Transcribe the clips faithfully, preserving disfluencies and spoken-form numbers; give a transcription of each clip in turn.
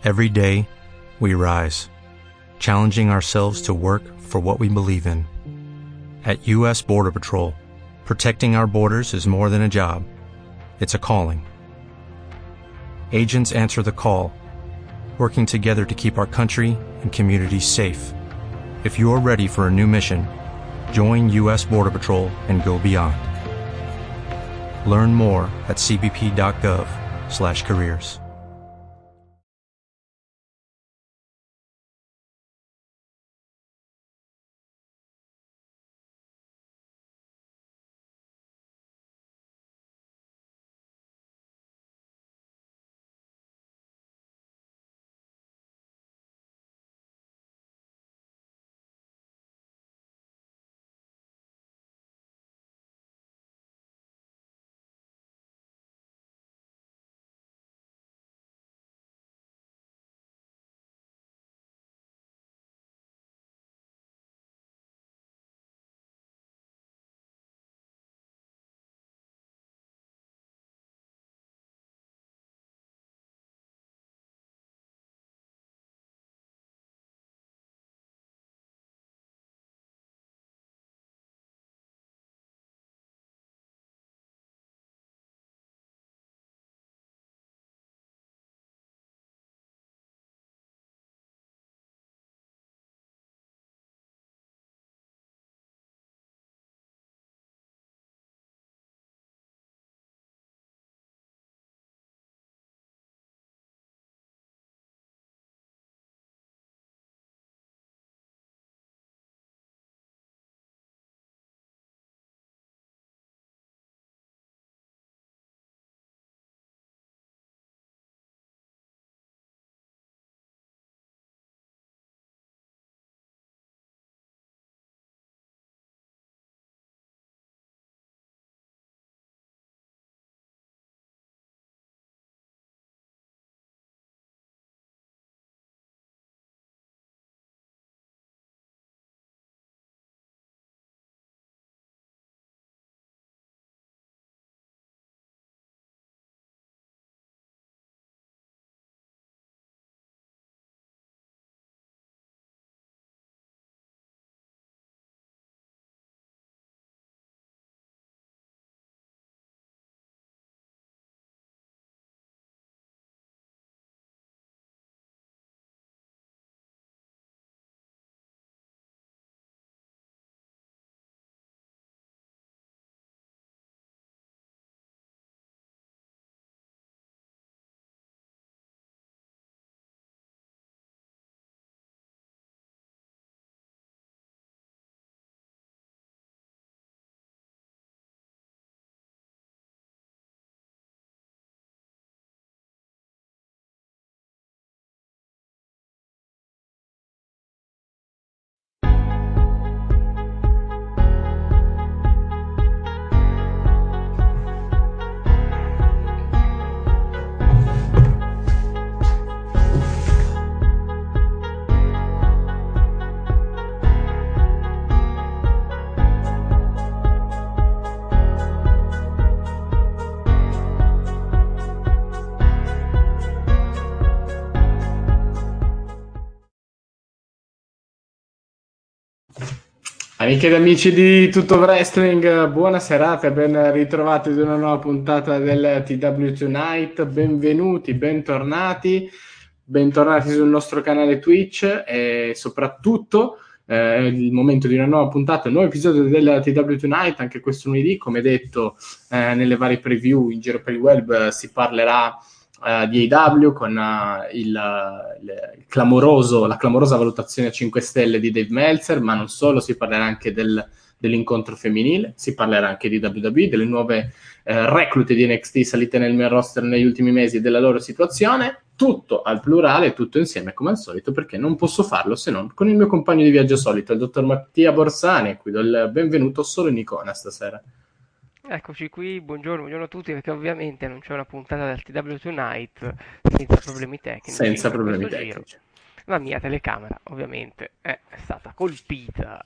Every day, we rise, challenging ourselves to work for what we believe in. At U S Border Patrol, protecting our borders is more than a job. It's a calling. Agents answer the call, working together to keep our country and communities safe. If you're ready for a new mission, join U S Border Patrol and go beyond. Learn more at c b p dot gov slash careers. Amiche ed amici di Tutto Wrestling, buona serata e ben ritrovati ad una nuova puntata del T W Tonight. Benvenuti, bentornati, bentornati sul nostro canale Twitch e soprattutto eh, è il momento di una nuova puntata, un nuovo episodio del T W Tonight, anche questo lunedì. Come detto eh, nelle varie preview in giro per il web eh, si parlerà Uh, di A E W con uh, il, uh, il clamoroso, la clamorosa valutazione a cinque stelle di Dave Meltzer, ma non solo, si parlerà anche del, dell'incontro femminile, si parlerà anche di W W E, delle nuove uh, reclute di N X T salite nel main roster negli ultimi mesi e della loro situazione, tutto al plurale, tutto insieme come al solito, perché non posso farlo se non con il mio compagno di viaggio solito, il dottor Mattia Borsani, a cui do il benvenuto solo in icona stasera. Eccoci qui, buongiorno, buongiorno a tutti, perché ovviamente non c'è una puntata del T W Tonight senza problemi tecnici. Senza problemi questo tecnici. Giro. La mia telecamera ovviamente è stata colpita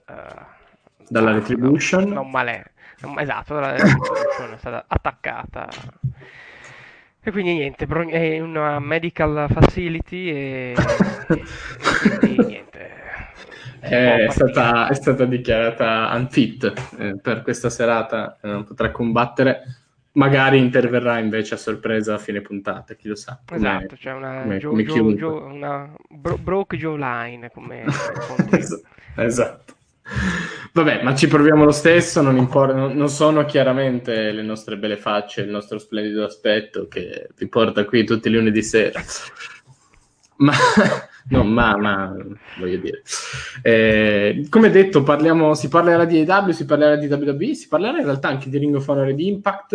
uh, dalla da, Retribution. Da, da un male, esatto, dalla Retribution, è stata attaccata E quindi niente, pro- è una medical facility e, e quindi niente, si può È partire. stata, è stata dichiarata unfit eh, per questa serata, eh, non potrà combattere. Magari interverrà invece a sorpresa a fine puntata, chi lo sa, come, Esatto, c'è una, come- Joe, come Joe, chiunque. Joe- una bro- broke jawline, come rispondo io. Es- Esatto. Vabbè, ma ci proviamo lo stesso, non importa, non, non sono chiaramente le nostre belle facce, il nostro splendido aspetto che vi porta qui tutti i lunedì sera. Ma, no, ma, ma voglio dire, Eh, come detto, parliamo, si parlerà di A E W, si parlerà di W W E, si parlerà in realtà anche di Ring of Honor e di Impact,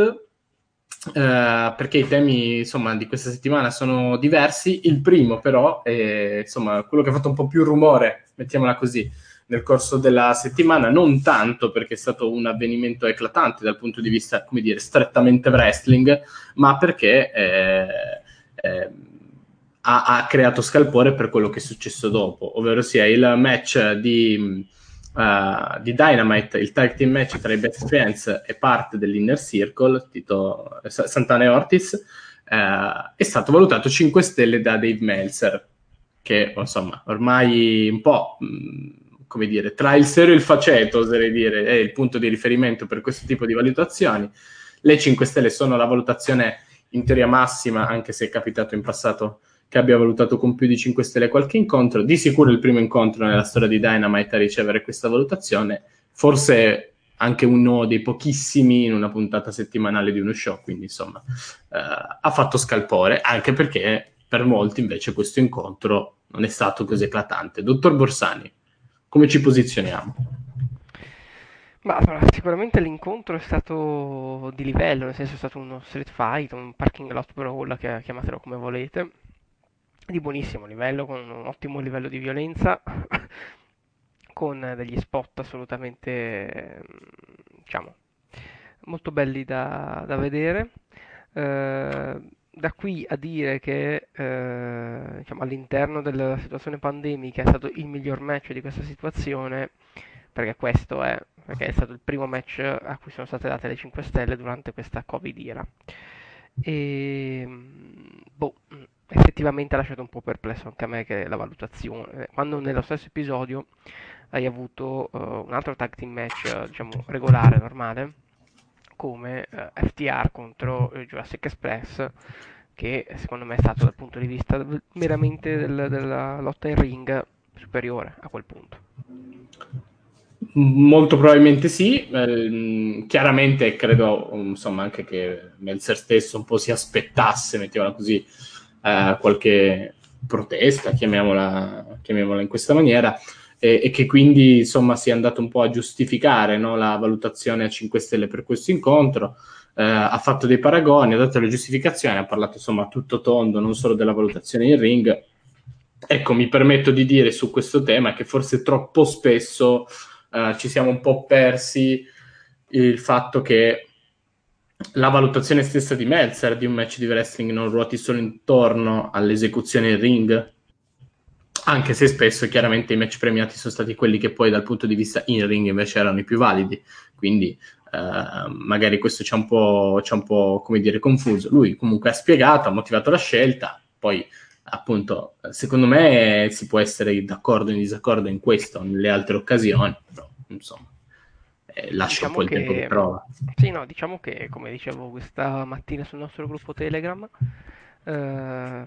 eh, perché i temi insomma di questa settimana sono diversi. Il primo però è insomma quello che ha fatto un po' più rumore, mettiamola così, nel corso della settimana, non tanto perché è stato un avvenimento eclatante dal punto di vista, come dire, strettamente wrestling, ma perché eh, eh, ha, ha creato scalpore per quello che è successo dopo, ovvero sia il match di, uh, di Dynamite, il tag team match tra i Best Friends e parte dell'Inner Circle, Tito, Santana e Ortiz, uh, è stato valutato cinque stelle da Dave Meltzer, che insomma ormai un po' mh, come dire, tra il serio e il faceto, oserei dire, è il punto di riferimento per questo tipo di valutazioni. Le cinque stelle sono la valutazione in teoria massima, anche se è capitato in passato che abbia valutato con più di cinque stelle qualche incontro. Di sicuro il primo incontro nella storia di Dynamite a ricevere questa valutazione, forse anche uno dei pochissimi in una puntata settimanale di uno show, quindi insomma eh, ha fatto scalpore, anche perché per molti invece questo incontro non è stato così eclatante. Dottor Borsani, come ci posizioniamo? Ma allora, sicuramente l'incontro è stato di livello, nel senso è stato uno street fight, un parking lot brawl, che- chiamatelo come volete, di buonissimo livello, con un ottimo livello di violenza, con degli spot assolutamente, ehm, diciamo, molto belli da, da vedere. Eh, da qui a dire che eh, diciamo, all'interno della situazione pandemica è stato il miglior match di questa situazione, perché questo è, perché è stato il primo match a cui sono state date le cinque stelle durante questa Covid era. E boh, effettivamente ha lasciato un po' perplesso anche a me che la valutazione, quando nello stesso episodio hai avuto eh, un altro tag team match, eh, diciamo, regolare, normale, come eh, F T R contro eh, Jurassic Express, che secondo me è stato dal punto di vista meramente del- della lotta in ring superiore a quel punto. Molto probabilmente sì, eh, chiaramente credo insomma anche che Meltzer stesso un po' si aspettasse, mettiamola così, eh, qualche protesta, chiamiamola, chiamiamola in questa maniera, e, e che quindi insomma sia andato un po' a giustificare, no, la valutazione a cinque stelle per questo incontro. Eh, ha fatto dei paragoni, ha dato le giustificazioni, ha parlato insomma a tutto tondo, non solo della valutazione in ring. Ecco, mi permetto di dire su questo tema che forse troppo spesso eh, ci siamo un po' persi il fatto che la valutazione stessa di Meltzer di un match di wrestling non ruoti solo intorno all'esecuzione in ring, anche se spesso chiaramente i match premiati sono stati quelli che poi dal punto di vista in ring invece erano i più validi, quindi eh, magari questo ci ha un po', ci ha un po', come dire, confuso. Lui comunque ha spiegato, ha motivato la scelta, poi appunto secondo me si può essere d'accordo o in disaccordo in questo, nelle altre occasioni, però insomma eh, lascia un po' Diciamo il tempo che che, trova. sì, no, diciamo che, come dicevo questa mattina sul nostro gruppo Telegram, eh,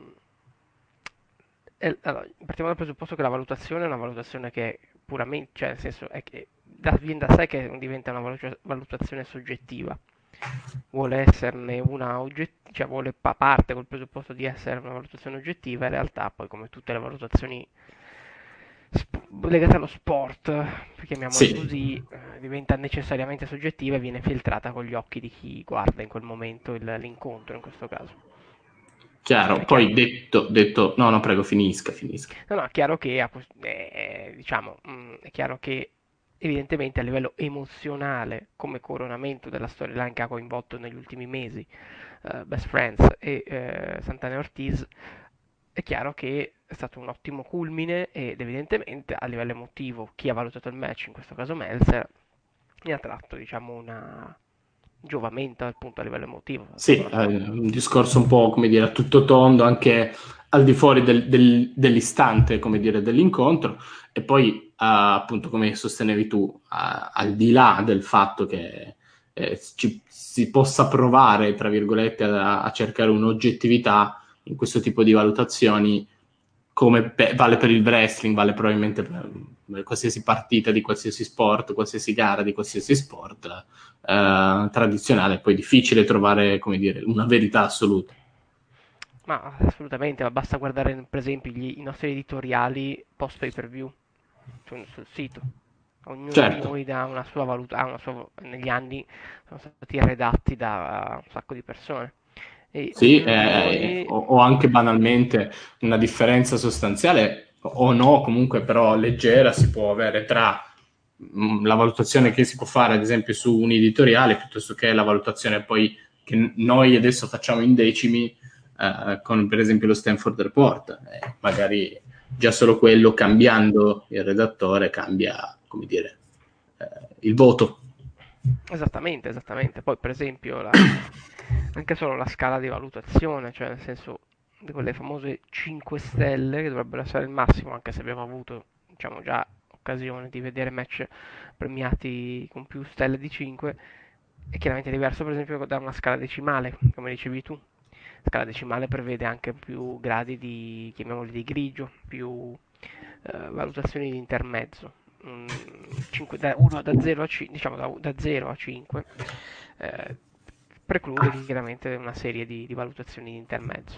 è- allora, partiamo dal presupposto che la valutazione è una valutazione che puramente, cioè nel senso è che da, viene da sé che diventa una valuta- valutazione soggettiva. Vuole esserne una oggettiva, cioè vuole pa- parte col presupposto di essere una valutazione oggettiva, in realtà poi come tutte le valutazioni sp- legate allo sport, chiamiamole Sì, così, eh, diventa necessariamente soggettiva e viene filtrata con gli occhi di chi guarda in quel momento il- l'incontro in questo caso. È chiaro. chiaro. Poi detto, detto, no, no, prego, finisca, finisca. No, no, è chiaro che, a pos- eh, diciamo, mm, è chiaro che evidentemente a livello emozionale, come coronamento della storyline che ha coinvolto negli ultimi mesi eh, Best Friends e eh, Santana e Ortiz, è chiaro che è stato un ottimo culmine ed evidentemente a livello emotivo chi ha valutato il match, in questo caso Meltzer, ne ha tratto, diciamo, una, giovamento appunto a livello emotivo, Sì, tutta la eh, sua... un discorso un po', come dire, a tutto tondo, anche al di fuori del- del- dell'istante, come dire, dell'incontro, e poi, eh, appunto, come sostenevi tu, a- al di là del fatto che eh, ci- si possa provare, tra virgolette, a, a cercare un'oggettività in questo tipo di valutazioni, come pe- vale per il wrestling, vale probabilmente per per qualsiasi partita di qualsiasi sport, qualsiasi gara di qualsiasi sport eh, tradizionale, è poi difficile trovare, come dire, una verità assoluta. Ma assolutamente, ma basta guardare per esempio gli- i nostri editoriali post pay per view sul, sul sito. Ognuno di Certo, noi dà una sua valutazione, negli anni sono stati redatti da un sacco di persone e sì, ognuno di eh, noi... o, o anche banalmente una differenza sostanziale o no, comunque però leggera si può avere tra mh, la valutazione che si può fare, ad esempio, su un editoriale, piuttosto che la valutazione poi che noi adesso facciamo in decimi, eh, con per esempio lo Stanford Report. Eh, magari già solo quello, cambiando il redattore, cambia, come dire, eh, il voto. Esattamente, esattamente. Poi per esempio la- anche solo la scala di valutazione, cioè nel senso di quelle famose cinque stelle che dovrebbero essere il massimo, anche se abbiamo avuto, diciamo, già occasione di vedere match premiati con più stelle di cinque, è chiaramente diverso per esempio da una scala decimale, come dicevi tu. La scala decimale prevede anche più gradi di, chiamiamoli di grigio, più eh, valutazioni di intermezzo. Mm, cinque da, uno, da zero a cinque, diciamo da, da zero a cinque, eh, preclude chiaramente una serie di, di valutazioni di intermezzo.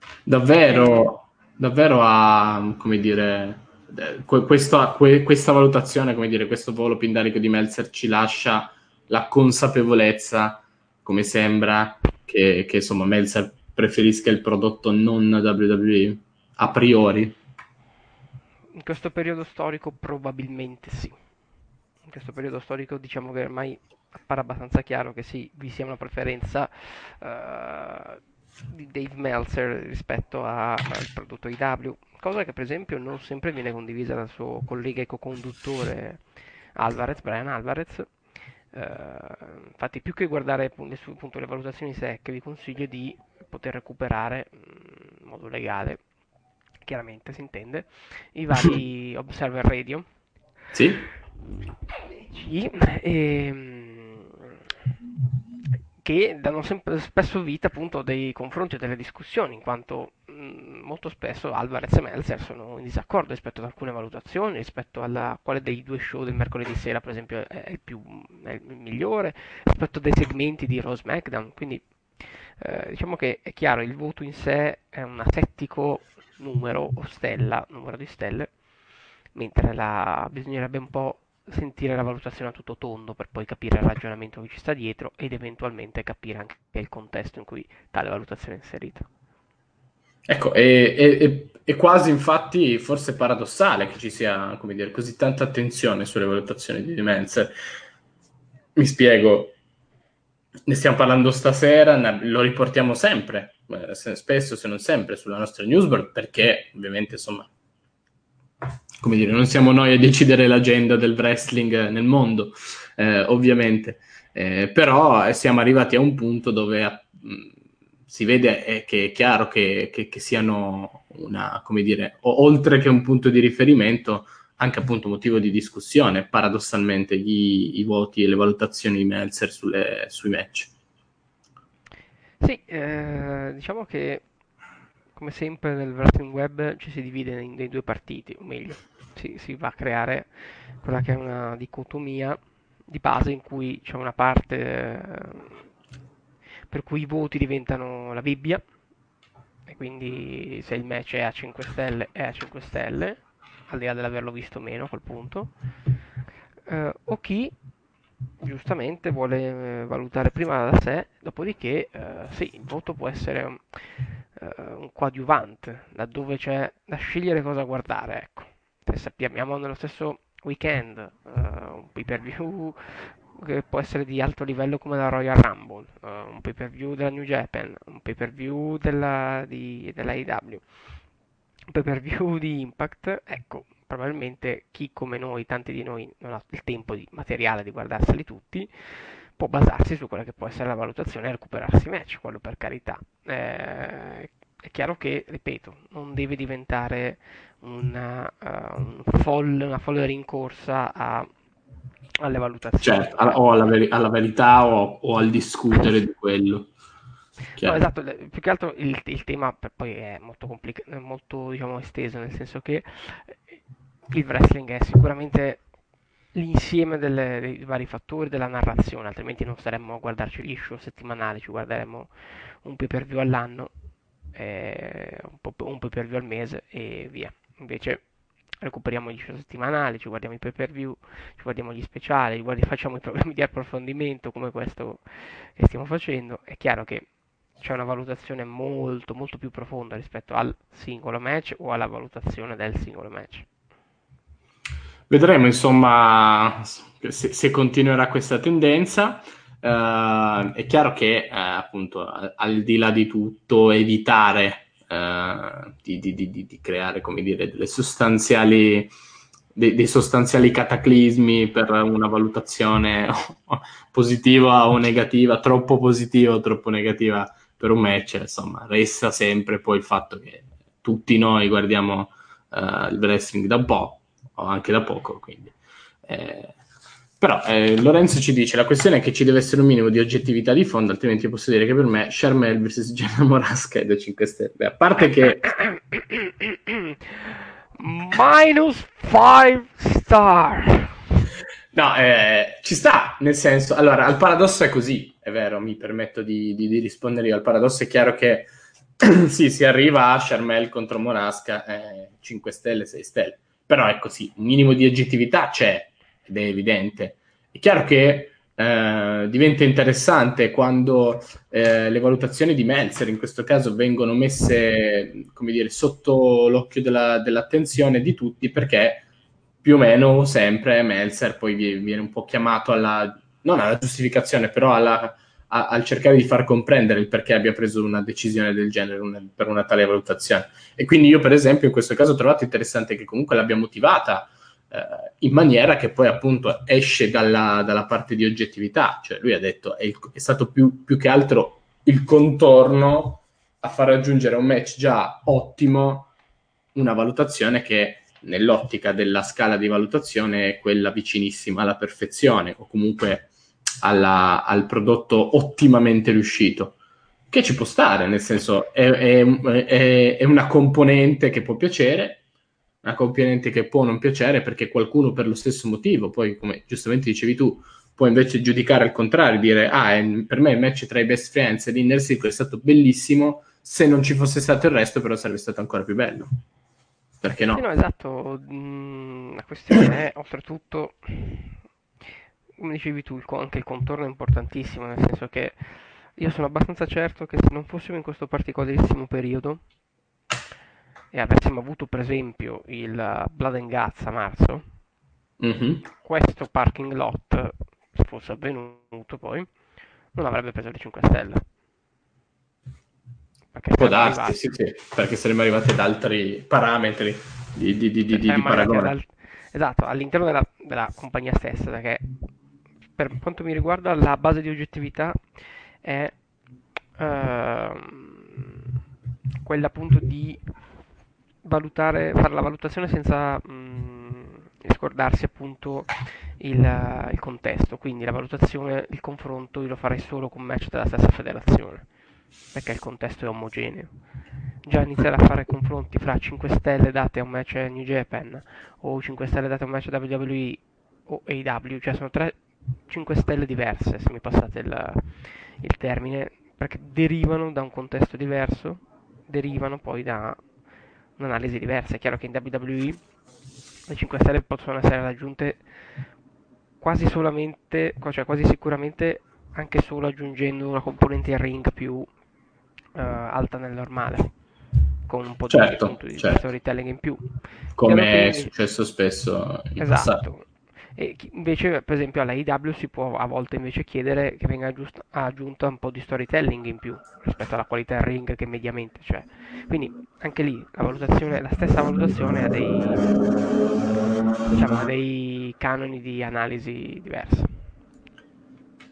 E Davvero, davvero ha, come dire, eh, que- questa, que- questa valutazione, come dire, questo volo pindarico di Meltzer ci lascia la consapevolezza, come sembra, che, che insomma Meltzer preferisca il prodotto non W W E a priori. in questo periodo storico probabilmente sì. In questo periodo storico diciamo che ormai appare abbastanza chiaro che sì, vi sia una preferenza eh, di Dave Meltzer rispetto a- al prodotto I W, cosa che per esempio non sempre viene condivisa dal suo collega e co-conduttore Alvarez, Brian Alvarez. Eh, infatti più che guardare appunto, su- appunto, le valutazioni secche vi consiglio di poter recuperare mm, in modo legale, chiaramente si intende, i vari Observer Radio. Sì? Sì, ehm, che danno sempre, spesso vita appunto a dei confronti e delle discussioni, in quanto mh, molto spesso Alvarez e Meltzer sono in disaccordo rispetto ad alcune valutazioni, rispetto alla quale dei due show del mercoledì sera, per esempio, è il, più, è il migliore, rispetto a dei segmenti di Raw SmackDown. Quindi eh, diciamo che è chiaro, il voto in sé è un asettico numero o stella, numero di stelle, mentre la, bisognerebbe un po' sentire la valutazione a tutto tondo per poi capire il ragionamento che ci sta dietro ed eventualmente capire anche il contesto in cui tale valutazione è inserita. Ecco, è, è- è- è quasi infatti forse paradossale che ci sia, come dire, così tanta attenzione sulle valutazioni di Meltzer. Mi spiego, ne stiamo parlando stasera, ne- lo riportiamo sempre, eh, se- spesso se non sempre, sulla nostra newsboard, perché ovviamente, insomma, come dire, non siamo noi a decidere l'agenda del wrestling nel mondo, eh, ovviamente. Eh, però eh, siamo arrivati a un punto dove eh, mh, si vede eh, che è chiaro che, che- che siano una, come dire, o- oltre che un punto di riferimento, anche appunto motivo di discussione, paradossalmente, gli- i voti e le valutazioni di Meltzer sulle- sui match. Sì, eh, diciamo che come sempre nel wrestling web ci si divide in dei due partiti, o meglio, si, si va a creare quella che è una dicotomia di base in cui c'è una parte eh, per cui i voti diventano la Bibbia, e quindi se il match è a cinque stelle è a cinque stelle, al di là dell'averlo visto o meno a quel punto. Eh, o chi giustamente vuole eh, valutare prima da sé, dopodiché eh, sì, il voto può essere un, eh, un coadiuvante, laddove c'è da scegliere cosa guardare, ecco. Se sappiamo nello stesso weekend eh, un pay per view che può essere di alto livello come la Royal Rumble, eh, un pay per view della New Japan, un pay per view della, di, della A E W, un pay per view di Impact, ecco, probabilmente chi come noi, tanti di noi, non ha il tempo di, materiale di guardarseli tutti, può basarsi su quella che può essere la valutazione e recuperarsi match, quello per carità. Eh, è chiaro che, ripeto, non deve diventare una, uh, un folle, una folle rincorsa a, alle valutazioni. Certo, Cioè, alla- o alla, veri- alla verità o, o al discutere di quello. no, Chiaro. esatto, le- più che altro il, il tema per- poi è molto complicato, molto, diciamo, esteso, nel senso che eh, il wrestling è sicuramente l'insieme delle- dei vari fattori della narrazione, altrimenti non staremmo a guardarci gli show settimanali, ci guarderemmo un pay per view all'anno, eh, un po', un pay per view al mese e via. Invece recuperiamo gli show settimanali, ci guardiamo i pay per view, ci guardiamo gli speciali, ci guardi- facciamo i programmi di approfondimento come questo che stiamo facendo. È chiaro che c'è una valutazione molto molto più profonda rispetto al singolo match o alla valutazione del singolo match. Vedremo, insomma, se, se continuerà questa tendenza. Eh, è chiaro che, eh, appunto, al, al di là di tutto, evitare eh, di, di- di- di- di creare, come dire, delle sostanziali, dei, dei sostanziali cataclismi per una valutazione positiva o negativa, troppo positiva o troppo negativa per un match, insomma, resta sempre poi il fatto che tutti noi guardiamo eh, il wrestling da un po', o anche da poco, quindi. Eh, però eh, Lorenzo ci dice la questione è che ci deve essere un minimo di oggettività di fondo, altrimenti io posso dire che per me Sharmel versus Jenna Morasca è da cinque stelle, a parte che Minus five star. no, eh, ci sta, nel senso, allora, al paradosso è così, è vero, mi permetto di, di, di rispondere io, al paradosso è chiaro che sì, si arriva a Sharmel contro Morasca, eh, cinque stelle, sei stelle, però è così, un minimo di oggettività c'è, ed è evidente. È chiaro che eh, diventa interessante quando eh, le valutazioni di Meltzer, in questo caso, vengono messe, come dire, sotto l'occhio della, dell'attenzione di tutti, perché più o meno sempre Meltzer poi viene un po' chiamato alla, non alla giustificazione, però alla, a, al cercare di far comprendere il perché abbia preso una decisione del genere una, per una tale valutazione. E quindi io, per esempio, in questo caso ho trovato interessante che comunque l'abbia motivata eh, in maniera che poi appunto esce dalla, dalla parte di oggettività. Cioè lui ha detto è, il, è stato più, più che altro il contorno a far raggiungere un match già ottimo una valutazione che nell'ottica della scala di valutazione è quella vicinissima alla perfezione o comunque alla, al prodotto ottimamente riuscito, che ci può stare, nel senso è, è, è, è una componente che può piacere, una componente che può non piacere perché qualcuno per lo stesso motivo, poi come giustamente dicevi tu, può invece giudicare al contrario, dire ah, è, per me il match tra i Best Friends e l'Inner Circle è stato bellissimo, se non ci fosse stato il resto però sarebbe stato ancora più bello. Perché Sì, no? no, esatto. mm, La questione è, oltretutto, come dicevi tu, il co- anche il contorno è importantissimo, nel senso che io sono abbastanza certo che se non fossimo in questo particolarissimo periodo e avessimo avuto per esempio il eh, Blood and Guts a marzo, Mm-hmm. questo parking lot, se fosse avvenuto poi, non avrebbe preso le cinque stelle. Perché Può saremmo darsi, arrivati, sì, sì, perché saremmo arrivati ad altri parametri di, di, di, di, cioè di di saremmo arrivati ad paragone. alt- esatto, all'interno della, della compagnia stessa, perché per quanto mi riguarda la base di oggettività è ehm, quella appunto di valutare, fare la valutazione senza mh, scordarsi appunto il, il contesto, quindi la valutazione, il confronto io lo farei solo con match della stessa federazione, perché il contesto è omogeneo. Già iniziare a fare confronti fra cinque stelle date a un match New Japan o cinque stelle date a un match W W E o A E W, cioè sono tre cinque stelle diverse, se mi passate il, il termine, perché derivano da un contesto diverso, derivano poi da un'analisi diversa. È chiaro che in W W E le cinque stelle possono essere raggiunte quasi solamente, cioè quasi sicuramente anche solo aggiungendo una componente in ring più eh, alta nel normale, con un po' di, Certo, appunto, di, di certo, storytelling in più. Chiaro che come è invece, successo spesso in passato. esatto, e chi- invece per esempio alla A E W si può a volte invece chiedere che venga aggiust- aggiunta un po' di storytelling in più rispetto alla qualità in ring che mediamente c'è. Quindi anche lì la valutazione, la stessa valutazione ha dei, diciamo, ha dei canoni di analisi diversi.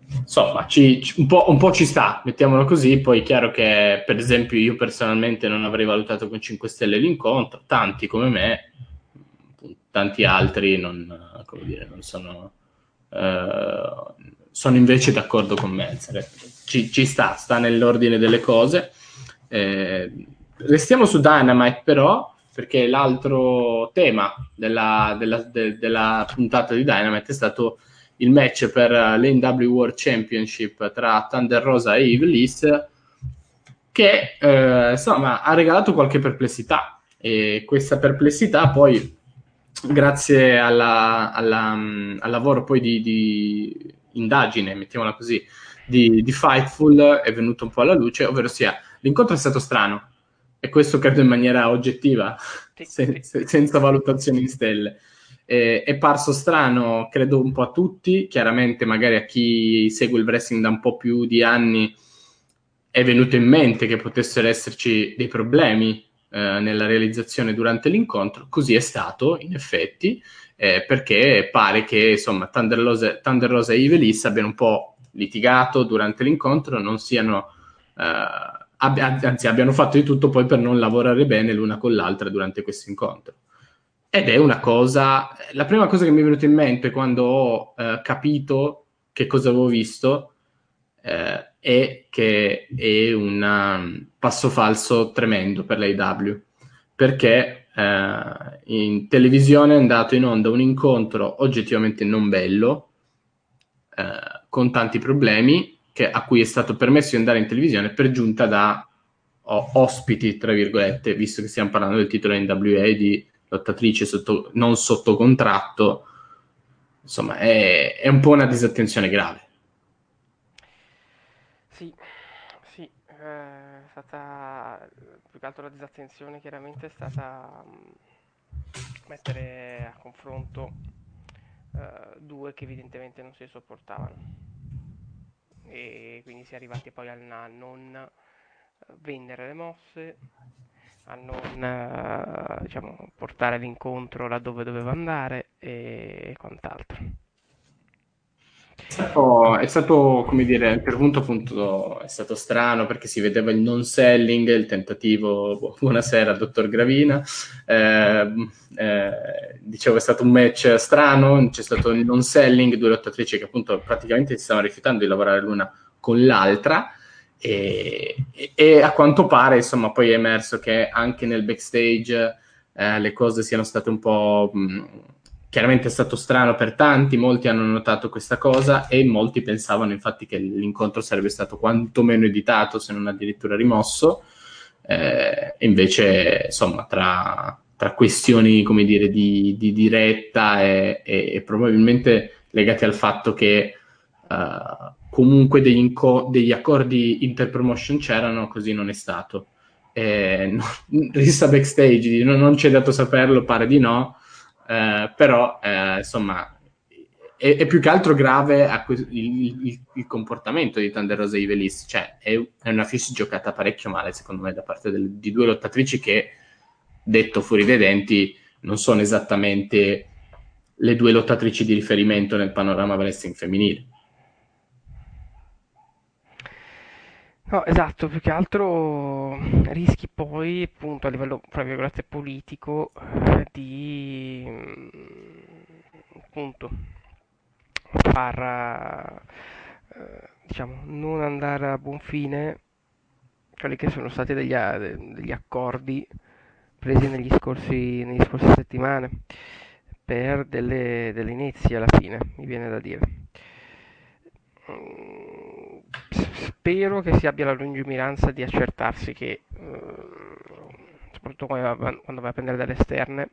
insomma, ci, ci- un po', un po' ci sta, mettiamolo così. Poi è chiaro che, per esempio, io personalmente non avrei valutato con cinque stelle l'incontro, tanti come me, tanti altri non, come dire, non sono, eh, sono invece d'accordo con me. Ci, ci sta, sta nell'ordine delle cose. Eh, restiamo su Dynamite però, perché l'altro tema della, della, de, della puntata di Dynamite è stato il match per l'A E W World Championship tra Thunder Rosa e Evil East, che eh, insomma ha regalato qualche perplessità, e questa perplessità poi, grazie alla, alla, al lavoro poi di, di indagine, mettiamola così, di, di Fightful, è venuto un po' alla luce, ovvero sia l'incontro è stato strano, e questo credo in maniera oggettiva, Sì, se, sì. se, senza valutazioni in stelle. Eh, è parso strano, credo un po' a tutti, chiaramente magari a chi segue il wrestling da un po' più di anni è venuto in mente che potessero esserci dei problemi eh, nella realizzazione durante l'incontro. Così è stato, in effetti, eh, perché pare che insomma Thunder Rosa, Thunder Rosa e Ivelis abbiano un po' litigato durante l'incontro, non siano eh, abbia, anzi abbiano fatto di tutto poi per non lavorare bene l'una con l'altra durante questo incontro. Ed è una cosa, la prima cosa che mi è venuta in mente quando ho eh, capito che cosa avevo visto eh, è che è un um, passo falso tremendo per l'A E W, perché eh, in televisione è andato in onda un incontro oggettivamente non bello, eh, con tanti problemi, che, a cui è stato permesso di andare in televisione per giunta da o, ospiti, tra virgolette, visto che stiamo parlando del titolo N W A di lottatrice sotto, non sotto contratto. Insomma, è, è un po' una disattenzione grave. Sì, sì, eh, è stata più che altro la disattenzione chiaramente è stata mm, mettere a confronto eh, due che evidentemente non si sopportavano e quindi si è arrivati poi al- a non eh, vendere le mosse, a non eh, diciamo, portare l'incontro laddove doveva andare e quant'altro. È stato, è stato, come dire, a un certo punto appunto è stato strano perché si vedeva il non selling, il tentativo, bu- buonasera dottor Gravina, eh, eh, dicevo è stato un match strano, c'è stato il non selling, due lottatrici che appunto praticamente si stavano rifiutando di lavorare l'una con l'altra, e, e- e a quanto pare insomma poi è emerso che anche nel backstage eh, le cose siano state un po'... Mh, chiaramente è stato strano per tanti, molti hanno notato questa cosa e molti pensavano infatti che l'incontro sarebbe stato quantomeno editato, se non addirittura rimosso. Eh, invece, insomma, tra, tra questioni, come dire, di, di diretta e, e, e probabilmente legate al fatto che uh, comunque degli, inco- degli accordi interpromotion c'erano, così non è stato. Eh, no, resta backstage, non, non ci è dato saperlo, pare di no, eh, però eh, insomma è, è più che altro grave a que- il, il- il comportamento di Thunder Rosa Ivelis, cioè è, è una fish giocata parecchio male secondo me da parte del- di due lottatrici che, detto fuori dai denti, non sono esattamente le due lottatrici di riferimento nel panorama wrestling femminile. No, esatto, più che altro rischi poi, appunto, a livello, fra virgolette, politico, eh, di, mm, appunto, far, eh, diciamo, non andare a buon fine quelli che sono stati degli, a- degli accordi presi negli scorsi, negli scorsi settimane per delle, delle inizi alla fine, mi viene da dire. Mm, Spero che si abbia la lungimiranza di accertarsi che, eh, soprattutto quando va, quando vai a prendere dalle esterne,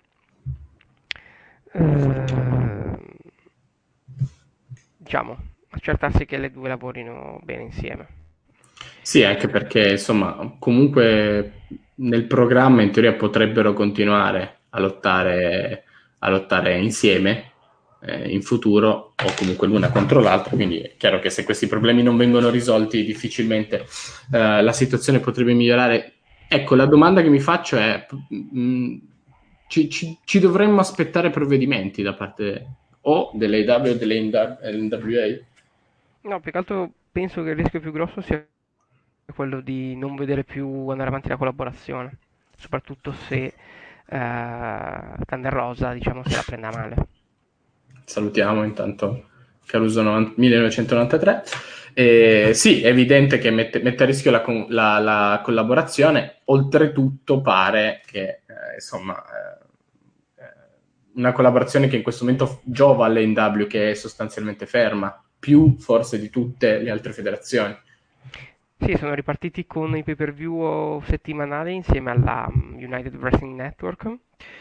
eh, diciamo, accertarsi che le due lavorino bene insieme. Sì, anche perché insomma comunque nel programma in teoria potrebbero continuare a lottare, a lottare insieme eh, in futuro, o comunque l'una contro l'altra, quindi è chiaro che se questi problemi non vengono risolti difficilmente eh, la situazione potrebbe migliorare. Ecco, la domanda che mi faccio è, mh, ci, ci- ci dovremmo aspettare provvedimenti da parte o dell'A E W o dell'N W A? No, più che altro penso che il rischio più grosso sia quello di non vedere più andare avanti la collaborazione, soprattutto se eh, Thunder Rosa, diciamo, se la prenda male. Salutiamo intanto Caruso millenovecentonovantatré. Eh, sì, è evidente che mette, mette a rischio la, la, la collaborazione. Oltretutto pare che eh, insomma eh, una collaborazione che in questo momento giova all'A E W, che è sostanzialmente ferma, più forse di tutte le altre federazioni. Sì, sono ripartiti con i pay-per-view settimanali insieme alla um, United Wrestling Network.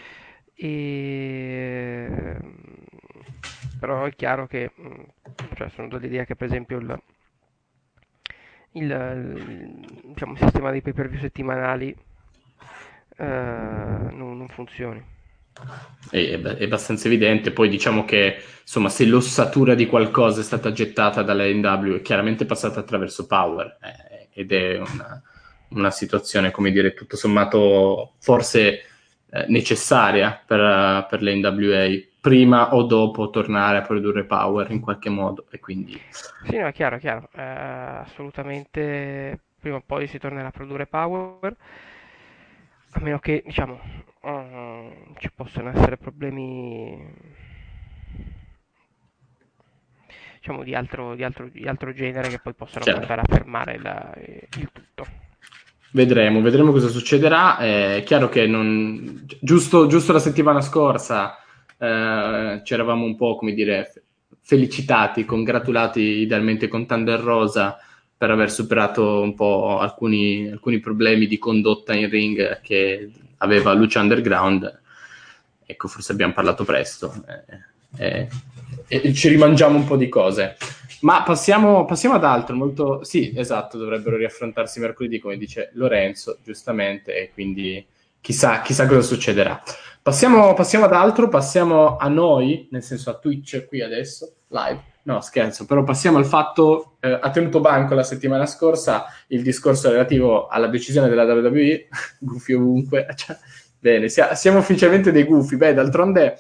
E... Però è chiaro che mm, cioè, sono dell'idea che per esempio il, il, il, diciamo, il sistema dei pay-per-view settimanali eh, non, non funzioni. È, è abbastanza evidente. Poi diciamo che insomma, se l'ossatura di qualcosa è stata gettata dalla A E W, è chiaramente passata attraverso Power, eh, ed è una, una situazione, come dire, tutto sommato forse eh, necessaria per, per l'A E W, prima o dopo tornare a produrre Power in qualche modo, e quindi Sì, no, è chiaro, è chiaro, eh, assolutamente prima o poi si tornerà a produrre Power, a meno che, diciamo, eh, ci possano essere problemi, diciamo, di altro, di altro, di altro genere che poi possano chiaro. portare a fermare la- il tutto. Vedremo, vedremo cosa succederà. È chiaro che non... giusto, giusto la settimana scorsa eh, ci eravamo un po', come dire, felicitati, congratulati idealmente con Thunder Rosa per aver superato un po' alcuni, alcuni problemi di condotta in ring che aveva Lucha Underground. Ecco, forse abbiamo parlato presto eh, eh, e ci rimangiamo un po' di cose. Ma passiamo, passiamo ad altro, molto... Sì, esatto, dovrebbero riaffrontarsi mercoledì, come dice Lorenzo, giustamente, e quindi chissà, chissà cosa succederà. Passiamo, passiamo ad altro, passiamo a noi, nel senso a Twitch qui adesso, live. No, scherzo, però passiamo al fatto, eh, ha tenuto banco la settimana scorsa il discorso relativo alla decisione della W W E, gufi ovunque, cioè, bene, sia, siamo ufficialmente dei gufi. Beh, d'altronde,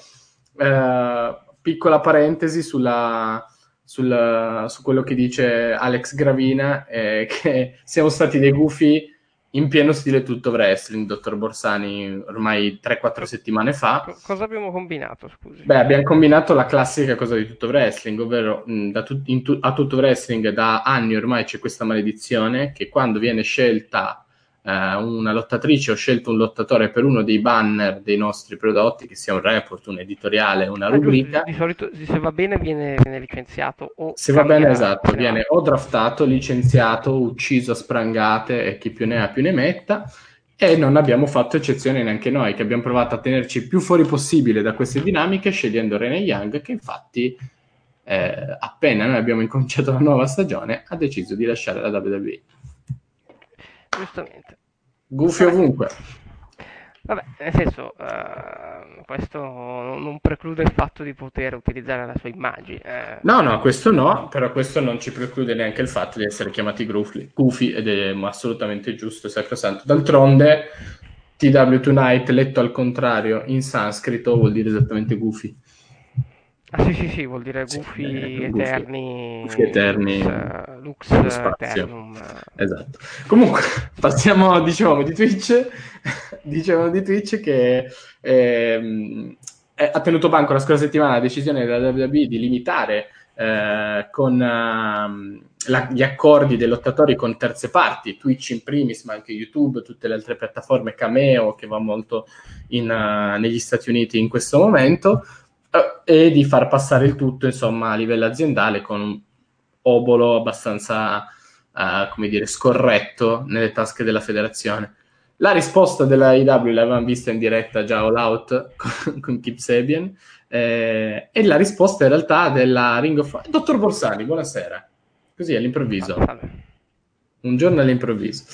eh, piccola parentesi sulla... Sul, su quello che dice Alex Gravina, eh, che siamo stati dei gufi in pieno stile Tutto Wrestling, dottor Borsani, ormai tre quattro settimane fa. Co- cosa abbiamo combinato, scusi? Beh, abbiamo combinato la classica cosa di Tutto Wrestling, ovvero mh, da tu- in tu- a Tutto Wrestling da anni ormai c'è questa maledizione che quando viene scelta Uh, una lottatrice o scelto un lottatore per uno dei banner dei nostri prodotti, che sia un report, un editoriale, una Ah, giusto, rubrica, di, di solito se va bene viene, viene licenziato o se va bene, cambia, esatto, se ne va. viene o draftato, licenziato, ucciso a sprangate, e chi più ne ha più ne metta. E non abbiamo fatto eccezione neanche noi, che abbiamo provato a tenerci il più fuori possibile da queste dinamiche, scegliendo Renee Young, che infatti eh, appena noi abbiamo incominciato la nuova stagione ha deciso di lasciare la W W E. Giustamente. Gufi Vabbè. ovunque. Vabbè, nel senso, eh, questo non preclude il fatto di poter utilizzare la sua immagine. eh. No, no, questo no, però questo non ci preclude neanche il fatto di essere chiamati gufi, gufi, ed è assolutamente giusto e sacrosanto. D'altronde, T W Tonight, letto al contrario in sanscrito, vuol dire esattamente gufi. Ah sì sì sì, vuol dire Sì, gufi eh, gufi. eterni, Gufi eterni, lux, lux nello spazio. eternum. Esatto. Comunque, passiamo, dicevamo, di Twitch, dicevamo di Twitch che ehm, è- ha tenuto banco la scorsa settimana la decisione della W W E di limitare eh, con ehm, la- gli accordi dei lottatori con terze parti, Twitch in primis, ma anche YouTube, tutte le altre piattaforme, Cameo, che va molto in, eh, negli Stati Uniti in questo momento, e di far passare il tutto, insomma, a livello aziendale con un obolo abbastanza, uh, come dire, scorretto nelle tasche della federazione. La risposta della I W l'avevamo vista in diretta già All Out con, con Kip Sabian, eh, e la risposta in realtà della Ring of Honor. Dottor Borsani, buonasera. Così all'improvviso. Salve. Un giorno all'improvviso.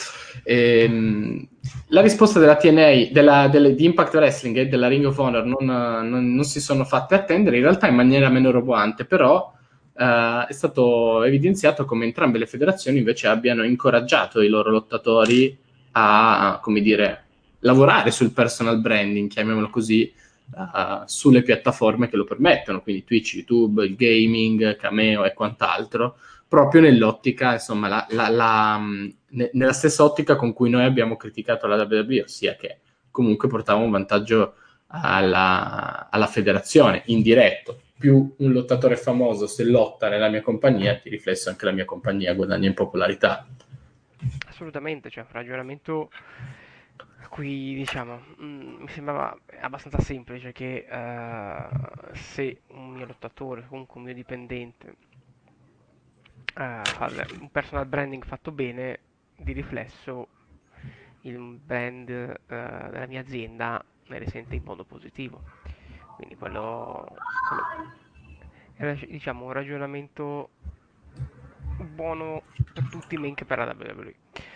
Ehm, la risposta della T N A, della, delle, di Impact Wrestling e della Ring of Honor non, non, non si sono fatte attendere, in realtà in maniera meno roboante, però eh, è stato evidenziato come entrambe le federazioni invece abbiano incoraggiato i loro lottatori a, come dire, lavorare sul personal branding, chiamiamolo così, uh, sulle piattaforme che lo permettono, quindi Twitch, YouTube, il gaming, Cameo e quant'altro, proprio nell'ottica, insomma, la, la, la, ne, nella stessa ottica con cui noi abbiamo criticato la W W E, ossia che comunque portava un vantaggio alla, alla federazione, indiretto. Più un lottatore famoso se lotta nella mia compagnia, di riflesso anche la mia compagnia guadagna in popolarità. Assolutamente, cioè un ragionamento qui, diciamo, mh, mi sembrava abbastanza semplice che eh, se un mio lottatore, comunque un mio dipendente, eh, fa un personal branding fatto bene, di riflesso il brand eh, della mia azienda ne risente in modo positivo. Quindi quello, quello era, diciamo, un ragionamento buono per tutti, men che per la W W E.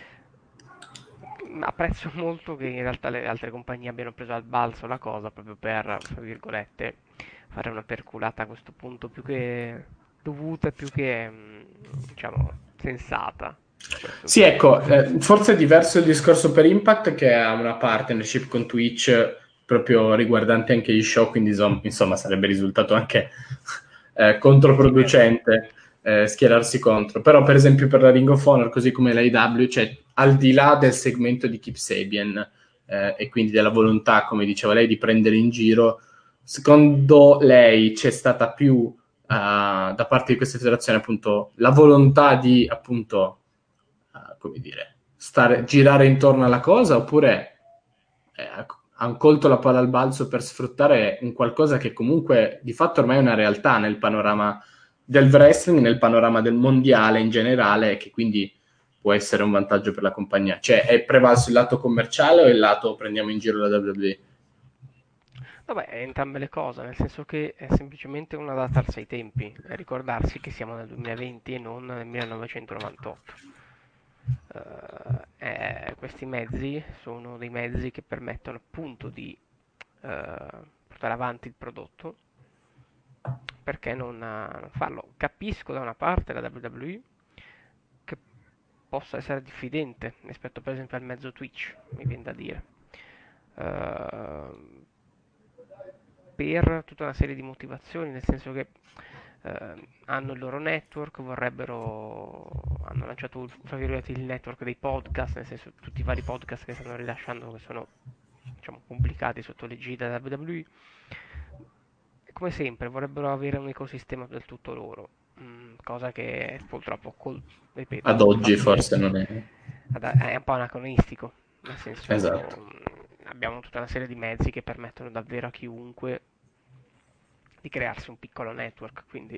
Apprezzo molto che in realtà le altre compagnie abbiano preso al balzo la cosa proprio per, tra virgolette, fare una perculata a questo punto più che dovuta, più che, diciamo, sensata. Sì, ecco, eh, forse è diverso il discorso per Impact, che ha una partnership con Twitch proprio riguardante anche gli show, quindi insomma sarebbe risultato anche eh, controproducente eh, schierarsi contro. Però per esempio per la Ring of Honor, così come l'A E W, cioè al di là del segmento di Kip Sabian eh, e quindi della volontà, come diceva lei, di prendere in giro, secondo lei c'è stata più uh, da parte di questa federazione appunto la volontà di appunto uh, come dire stare, girare intorno alla cosa, oppure eh, hanno colto la palla al balzo per sfruttare un qualcosa che comunque di fatto ormai è una realtà nel panorama del wrestling, nel panorama del mondiale in generale, e che quindi può essere un vantaggio per la compagnia. Cioè, è prevalso il lato commerciale o il lato prendiamo in giro la W W E? Vabbè, entrambe le cose, nel senso che è semplicemente un adattarsi ai tempi, e ricordarsi che siamo nel duemilaventi e non nel millenovecentonovantotto. Uh, eh, questi mezzi sono dei mezzi che permettono appunto di uh, portare avanti il prodotto, perché non, uh, non farlo? Capisco da una parte la W W E che possa essere diffidente rispetto per esempio al mezzo Twitch, mi viene da dire, uh, per tutta una serie di motivazioni, nel senso che eh, hanno il loro network, vorrebbero, hanno lanciato fra virgolette il network dei podcast, nel senso tutti i vari podcast che stanno rilasciando, che sono, diciamo, pubblicati sotto l'egida della W W E. Come sempre vorrebbero avere un ecosistema del tutto loro, mh, cosa che purtroppo col, ripeto, ad oggi forse non è è un po' anacronistico, nel senso, esatto. mh, abbiamo tutta una serie di mezzi che permettono davvero a chiunque di crearsi un piccolo network, quindi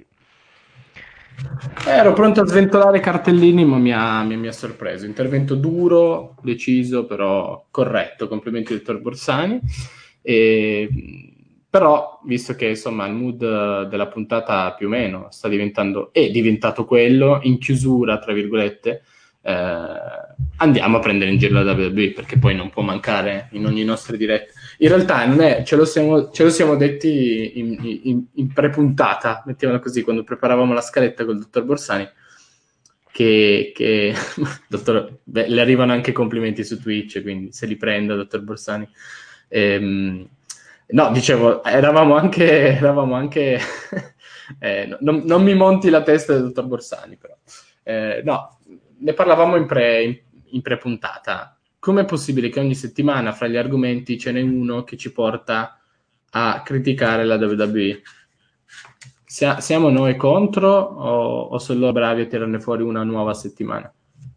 ero pronto a sventolare cartellini, ma mi ha, mi, mi ha sorpreso. Intervento duro, deciso, però corretto. Complimenti al dottor Borsani. E, però, visto che insomma il mood della puntata più o meno sta diventando, è diventato quello, in chiusura, tra virgolette, eh, andiamo a prendere in giro la W W E, perché poi non può mancare in ogni nostra diretta. In realtà non è, ce lo siamo, ce lo siamo detti in, in, in pre-puntata, mettiamola così, quando preparavamo la scaletta col dottor Borsani, che, che dottor, beh, le arrivano anche complimenti su Twitch, quindi se li prenda dottor Borsani. Ehm, no, dicevo, eravamo anche, eravamo anche eh, non, non mi monti la testa del dottor Borsani, però. Eh, no, ne parlavamo in, pre, in, in pre-puntata. Com'è possibile che ogni settimana fra gli argomenti ce n'è uno che ci porta a criticare la W W E? Sia, siamo noi contro o, o sono loro bravi a tirarne fuori una nuova settimana?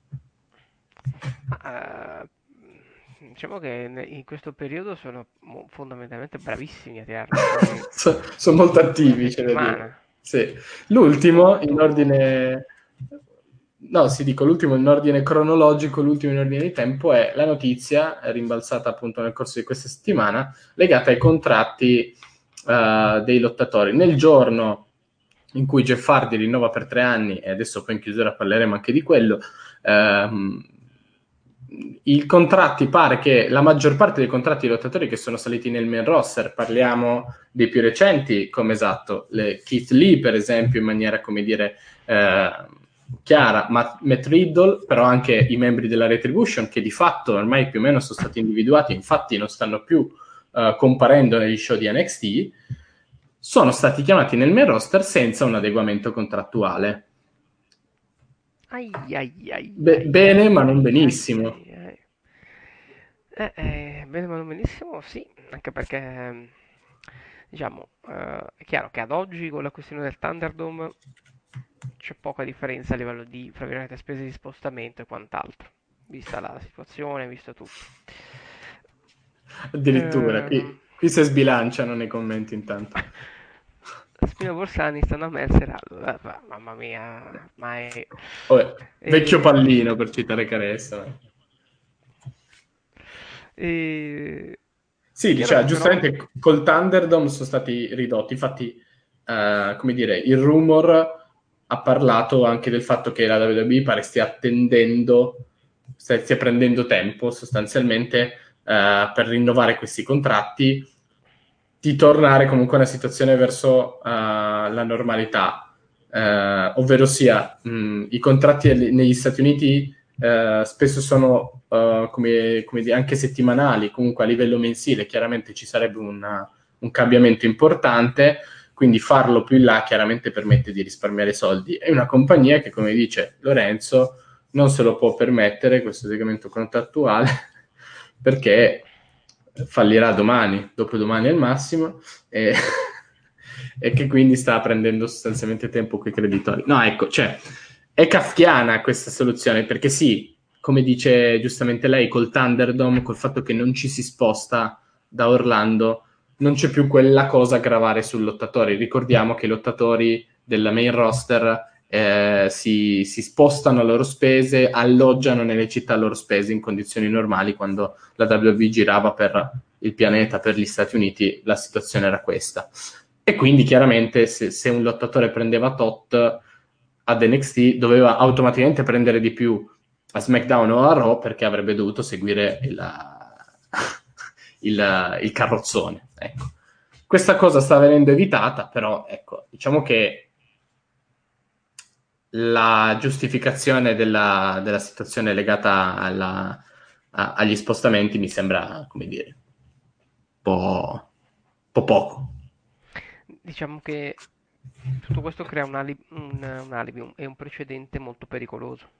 Uh, diciamo che in questo periodo sono fondamentalmente bravissimi a tirarne fuori. so, sono molto attivi, c'è da dire. Sì. L'ultimo in ordine... No, sì, dico l'ultimo in ordine cronologico, l'ultimo in ordine di tempo è la notizia rimbalzata appunto nel corso di questa settimana legata ai contratti uh, dei lottatori. Nel giorno in cui Jeff Hardy rinnova per tre anni, e adesso poi in chiusura parleremo anche di quello, uh, i contratti, pare che la maggior parte dei contratti dei lottatori che sono saliti nel main roster, parliamo dei più recenti, come esatto, le Keith Lee per esempio in maniera, come dire... Uh, chiara, Matt, Matt Riddle, però anche i membri della Retribution, che di fatto ormai più o meno sono stati individuati, infatti non stanno più uh, comparendo negli show di N X T, sono stati chiamati nel main roster senza un adeguamento contrattuale. Ai, ai, ai, Be- ai, bene, ai, ma non ai, ai, benissimo. ai, ai. Eh, eh, bene ma non benissimo, sì, anche perché, ehm, diciamo, eh, è chiaro che ad oggi con la questione del Thunderdome c'è poca differenza a livello di, fra virgolette, spese di spostamento e quant'altro, vista la situazione, visto tutto. Addirittura, Ehm, qui, qui si sbilanciano nei commenti intanto. Spino Borsani stanno a Merseral, eh, ma- mamma mia, ma è... Vabbè, vecchio e- pallino per citare Caressa. e- Sì, chiaro diceva, che però... giustamente col Thunderdome sono stati ridotti. Infatti, eh, come dire, il rumor ha parlato anche del fatto che la W W E pare stia attendendo, stia, stia prendendo tempo sostanzialmente eh, per rinnovare questi contratti, di tornare comunque a una situazione verso eh, la normalità, eh, ovvero sia mh, i contratti negli Stati Uniti eh, spesso sono uh, come, come dire, anche settimanali, comunque a livello mensile chiaramente ci sarebbe una, un cambiamento importante, quindi farlo più in là chiaramente permette di risparmiare soldi. È una compagnia che, come dice Lorenzo, non se lo può permettere questo segmento contrattuale perché fallirà domani, dopodomani al massimo, e, e che quindi sta prendendo sostanzialmente tempo con i creditori. No, ecco, cioè, è kafkiana questa soluzione, perché sì, come dice giustamente lei, col Thunderdome, col fatto che non ci si sposta da Orlando, non c'è più quella cosa a gravare sul lottatore. Ricordiamo che i lottatori della main roster eh, si, si spostano a loro spese, alloggiano nelle città a loro spese in condizioni normali. Quando la W W E girava per il pianeta, per gli Stati Uniti, la situazione era questa. E quindi chiaramente se, se un lottatore prendeva tot ad N X T doveva automaticamente prendere di più a SmackDown o a Raw perché avrebbe dovuto seguire il, il, il carrozzone. Ecco. Questa cosa sta venendo evitata, però ecco, diciamo che la giustificazione della, della situazione legata alla, a, agli spostamenti mi sembra, come dire, un po', un po' poco. Diciamo che tutto questo crea un, ali- un, un alibi un- e un precedente molto pericoloso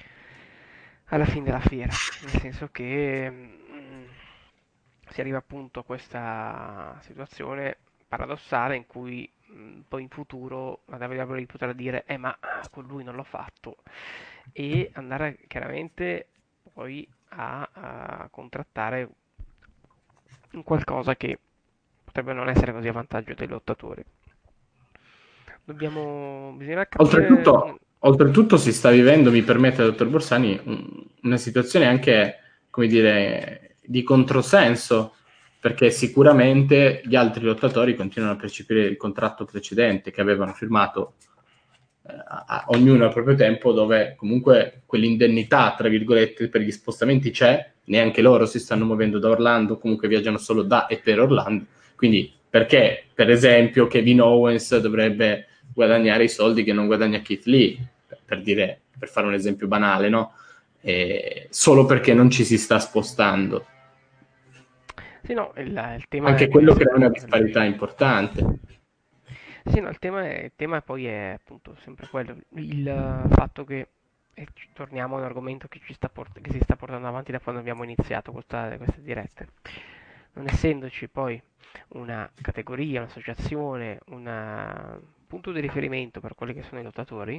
alla fine della fiera, nel senso che mm, si arriva appunto a questa situazione paradossale in cui mm, poi in futuro la W W E potrà dire eh ma con lui non l'ho fatto e andare chiaramente poi a, a contrattare un qualcosa che potrebbe non essere così a vantaggio dei lottatori. Dobbiamo, bisognerà capire. Oltretutto, oltretutto si sta vivendo, mi permette, dottor Borsani, un- una situazione anche, come dire, di controsenso, perché sicuramente gli altri lottatori continuano a percepire il contratto precedente che avevano firmato eh, a, a- ognuno al proprio tempo, dove comunque quell'indennità, tra virgolette, per gli spostamenti c'è, neanche loro si stanno muovendo da Orlando, comunque viaggiano solo da e per Orlando. Quindi perché, per esempio, Kevin Owens dovrebbe guadagnare i soldi che non guadagna Keith Lee, per, per dire, per fare un esempio banale, no? Eh, solo perché non ci si sta spostando. Sì, no, il, il tema Anche è, è quello crea sempre una quello. disparità importante. Sì, no, il tema, è, il tema poi è appunto sempre quello. Il eh, fatto che, e ci- torniamo a un argomento che, ci sta port- che si sta portando avanti da quando abbiamo iniziato questa- queste dirette. Non essendoci poi una categoria, un'associazione, un punto di riferimento per quelli che sono i lottatori,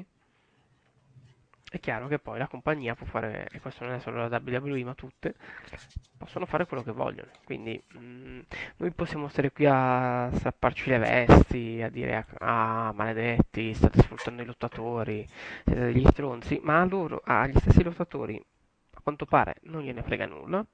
è chiaro che poi la compagnia può fare, e questo non è solo la W W E, ma tutte, possono fare quello che vogliono. Quindi mh, noi possiamo stare qui a strapparci le vesti, a dire ah, maledetti, state sfruttando i lottatori, siete degli stronzi, ma a loro, agli stessi lottatori, a quanto pare, non gliene frega nulla.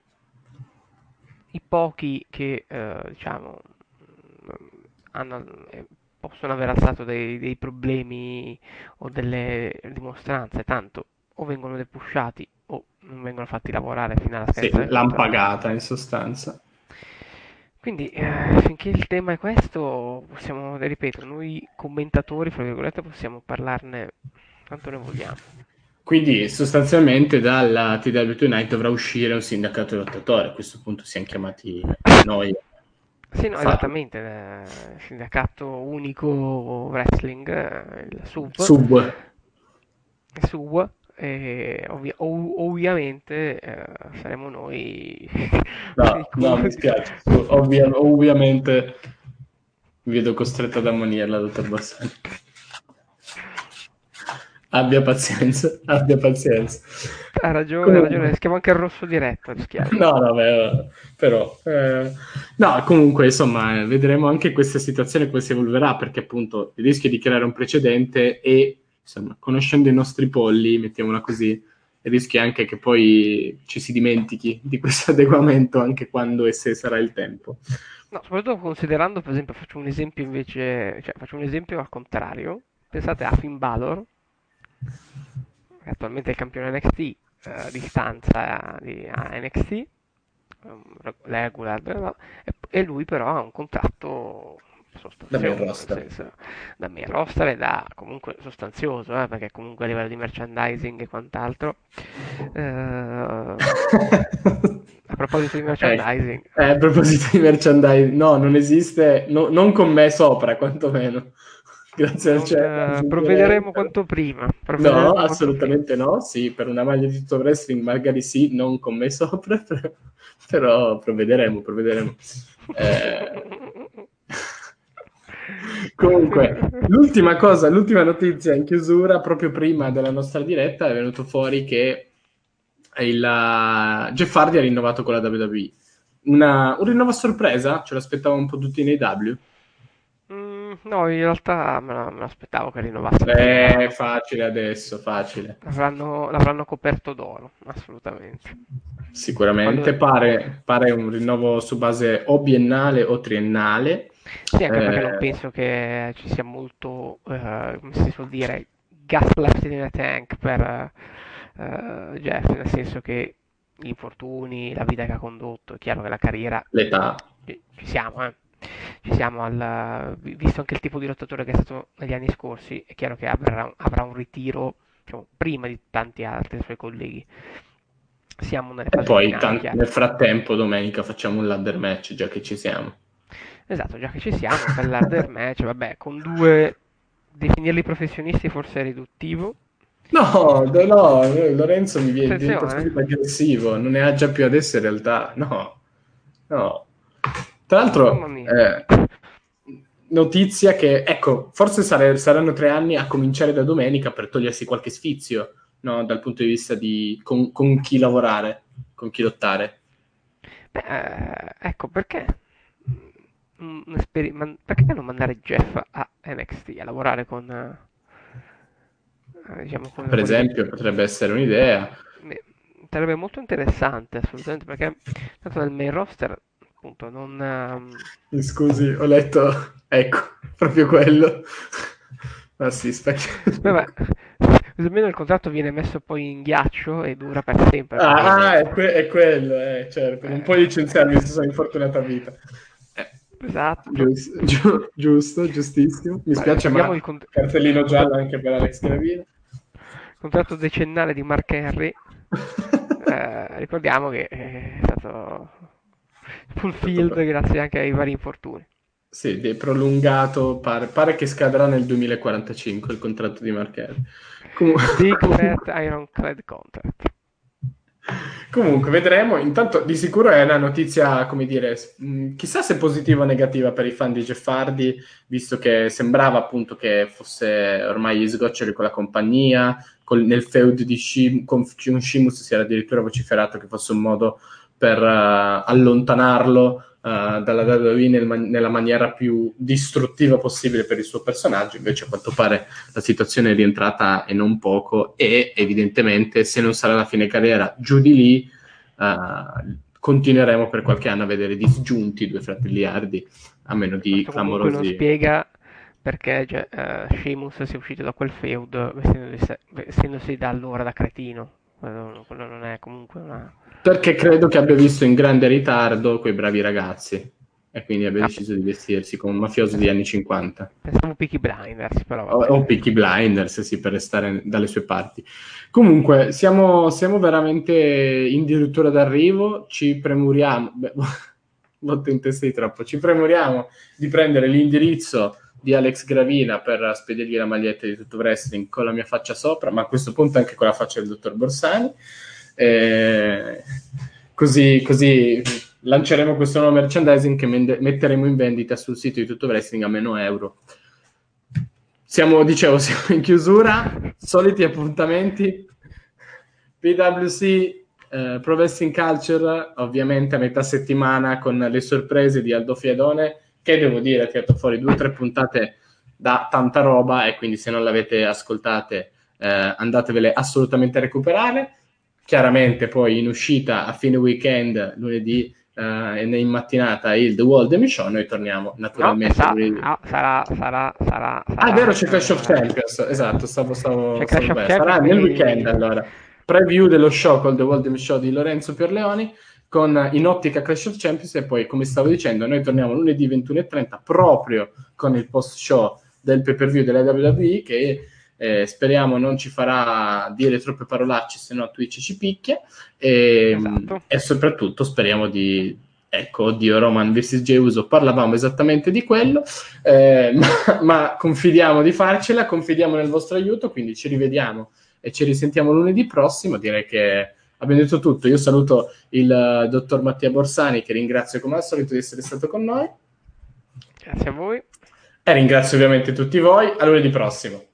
I pochi che, eh, diciamo, mh, hanno, eh, possono aver alzato dei, dei problemi o delle dimostranze, tanto o vengono depushati o non vengono fatti lavorare fino alla Sì, scadenza del l'hanno contratto. pagata in sostanza. Quindi, eh, finché il tema è questo, possiamo, ripeto, noi commentatori, fra virgolette, possiamo parlarne quanto ne vogliamo. Quindi sostanzialmente dalla T W Tonight dovrà uscire un sindacato di lottatori, a questo punto siamo chiamati noi Sì, a no, farlo. esattamente, eh, sindacato unico wrestling, eh, il S U V, Sub. su, e ovvi- ov- ovviamente eh, saremo noi i No, no, mi cosi. spiace. Ovvia- ovviamente mi vedo costretto ad ammonirla, dottor Bassani. Abbia pazienza, abbia pazienza. Ha ragione, ha ragione, Comunque, rischiamo anche il rosso diretto, rischiamo. no, no, beh, però, eh, no, comunque, insomma, eh, vedremo anche questa situazione come si evolverà, perché appunto il rischio di creare un precedente e, insomma, conoscendo i nostri polli, mettiamola così, il rischio è anche che poi ci si dimentichi di questo adeguamento anche quando e se sarà il tempo. No, soprattutto considerando, per esempio, faccio un esempio invece, cioè faccio un esempio al contrario. Pensate a Finn Balor, che attualmente è il campione N X T, eh, a distanza di, a N X T, um, regular, bla bla, e, e lui però ha un contratto Da main sostanzioso, nel roster. senso, da main roster e da comunque sostanzioso, eh, perché comunque a livello di merchandising e quant'altro. Eh, a proposito di Ecco. merchandising, Eh, a proposito di merchandising, no, non esiste, no- non con me sopra, quantomeno. Grazie al non, cielo, eh, aggiungerei. provvederemo quanto prima, No, provvederemo quanto prima. assolutamente no. Sì, per una maglia di tutto wrestling magari sì, non con me sopra, però, però provvederemo, provvederemo. Eh... Comunque, l'ultima cosa, l'ultima notizia in chiusura, proprio prima della nostra diretta, è venuto fuori che il, uh, Jeff Hardy ha rinnovato con la W W E. Una, un rinnovo a sorpresa? Ce l'aspettavamo un po' tutti nei W? Mm, no, in realtà me la- me l'aspettavo che rinnovasse Eh, prima. facile adesso, facile. L'avranno l'avranno coperto d'oro, assolutamente. Sicuramente Quando... pare, pare un rinnovo su base o biennale o triennale. Sì, anche perché non Eh, penso che ci sia molto, eh, come si suol dire, gas left in the tank per eh, Jeff, nel senso che gli infortuni, la vita che ha condotto, è chiaro che la carriera l'età. ci ci siamo, eh. Ci siamo al, vi- visto anche il tipo di lottatore che è stato negli anni scorsi, è chiaro che avrà, avrà un ritiro, diciamo, prima di tanti altri suoi colleghi. Siamo nelle E fasi poi finali, tan- chiaro. nel frattempo domenica facciamo un ladder match, già che ci siamo. Esatto, già che ci siamo, un bel ladder match, vabbè, con due, definirli professionisti forse è riduttivo. No, no, no, Lorenzo mi viene, diventa Attenzione, subito aggressivo, non ne ha già più adesso in realtà, no, no. Tra mamma l'altro, mia. eh, notizia che, ecco, forse sare- saranno tre anni a cominciare da domenica per togliersi qualche sfizio, no, dal punto di vista di con, con chi lavorare, con chi lottare. Beh, eh, ecco, perché? Un esperi- man- perché non mandare Jeff a N X T a lavorare con, eh, diciamo, con, Per con le esempio, potrebbe essere un'idea. me- sarebbe molto interessante, assolutamente, perché tanto nel main roster, appunto, non... ehm, Mi scusi, ho letto, ecco, proprio quello. Ma sì, specchio. vabbè, così almeno il contratto viene messo poi in ghiaccio e dura per sempre, perché Ah, ah, viene... è, que- è quello, eh, certo, non puoi licenziarmi eh, se sono infortunata a vita. Eh, esatto. giusto, giu- giusto, giustissimo. Mi Ma spiace, ricordiamo ma il cont- cartellino contra- giallo anche per Alex Gravino. contratto decennale di Mark Henry. Eh, ricordiamo che è stato fulfilled grazie anche ai vari infortuni. Sì, è prolungato, pare, pare che scadrà nel duemilaquarantacinque il contratto di Marchese. Comu- Big Fat comunque, Ironclad Contract. comunque, vedremo. Intanto, di sicuro è una notizia, come dire, s- mh, chissà se positiva o negativa per i fan di Jeff Hardy, visto che sembrava appunto che fosse ormai gli sgoccioli con la compagnia, col- nel feud di Shim- con Jim Sheamus si era addirittura vociferato che fosse un modo per eh, allontanarlo uh, dalla W W E nel man- nella maniera più distruttiva possibile per il suo personaggio. Invece a quanto pare la situazione è rientrata e non poco, e evidentemente se non sarà la fine carriera giù di lì uh, continueremo per qualche anno a vedere disgiunti i due fratelli Hardy, a meno di Questo comunque non clamorosi. spiega perché cioè, eh, Sheamus sia uscito da quel feud vestendosi, vestendosi da allora da cretino. Quello, quello non è comunque una... Perché credo che abbia visto in grande ritardo quei bravi ragazzi e quindi abbia Ah, deciso di vestirsi come un mafioso degli anni cinquanta. pensavo Peaky Blinders, però O, vabbè. o Peaky Blinders, sì, per restare dalle sue parti. Comunque, siamo, siamo veramente in dirittura d'arrivo, ci premuriamo, beh, molto in testa di troppo, ci premuriamo di prendere l'indirizzo di Alex Gravina per spedirgli la maglietta di Tutto Wrestling con la mia faccia sopra, ma a questo punto anche con la faccia del dottor Borsani. Eh, così, così lanceremo questo nuovo merchandising che mende- metteremo in vendita sul sito di Tutto Wrestling a meno euro. Siamo, dicevo, siamo in chiusura, soliti appuntamenti, P W C, eh, Pro Wrestling Culture, ovviamente a metà settimana con le sorprese di Aldo Fiadone, che devo dire ha tirato fuori due o tre puntate da tanta roba, e quindi se non l'avete ascoltate eh, andatevele assolutamente a recuperare. Chiaramente poi in uscita a fine weekend, lunedì Uh, e in mattinata il The World Emmy Show. Noi torniamo naturalmente no, sa- lunedì. no, sarà, sarà, sarà, Ah, è vero, c'è Clash sarà, of Champions, esatto, stavo, stavo, c'è stavo Clash of bene. Champions, Sarà nel quindi weekend, allora. Preview dello show col The World Emmy Show di Lorenzo Pierleoni, con in ottica Clash of Champions, e poi, come stavo dicendo, noi torniamo lunedì ventuno e trenta proprio con il post-show del pay-per-view della W W E, che eh, speriamo non ci farà dire troppe parolacce, se no Twitch ci picchia, e, esatto. e soprattutto speriamo di... Ecco, oddio, Roman versus Jey Uso, parlavamo esattamente di quello, eh, ma, ma confidiamo di farcela, confidiamo nel vostro aiuto, quindi ci rivediamo e ci risentiamo lunedì prossimo. Direi che abbiamo detto tutto. Io saluto il uh, dottor Mattia Borsani, che ringrazio come al solito di essere stato con noi. Grazie a voi. E ringrazio ovviamente tutti voi. A lunedì prossimo.